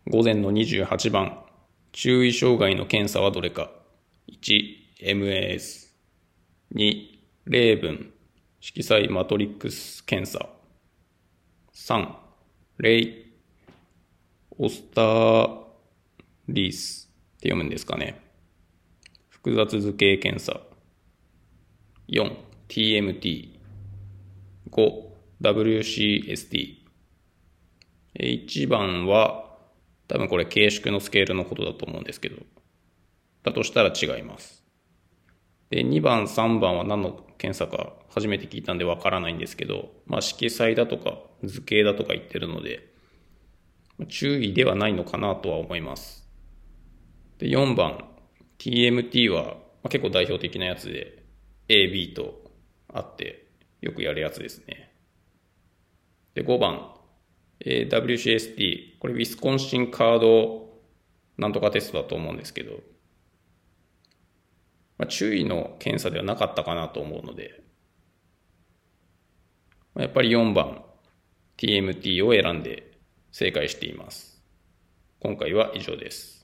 午前の28番、注意障害の検査はどれか。1、MAS。2、例文、色彩マトリックス検査。3、レイ、オスターリースって読むんですかね。複雑図形検査。4、TMT。5、WCST。1番は、多分これ形縮のスケールのことだと思うんですけど、だとしたら違います。で、2番、3番は何の検査か初めて聞いたんでわからないんですけど、色彩だとか図形だとか言ってるので、注意ではないのかなとは思います。で、4番、TMT は、結構代表的なやつで、A、B とあって、よくやるやつですね。で、5番、WCST、これウィスコンシンカードなんとかテストだと思うんですけど、注意の検査ではなかったかなと思うので、やっぱり4番 TMT を選んで正解しています。今回は以上です。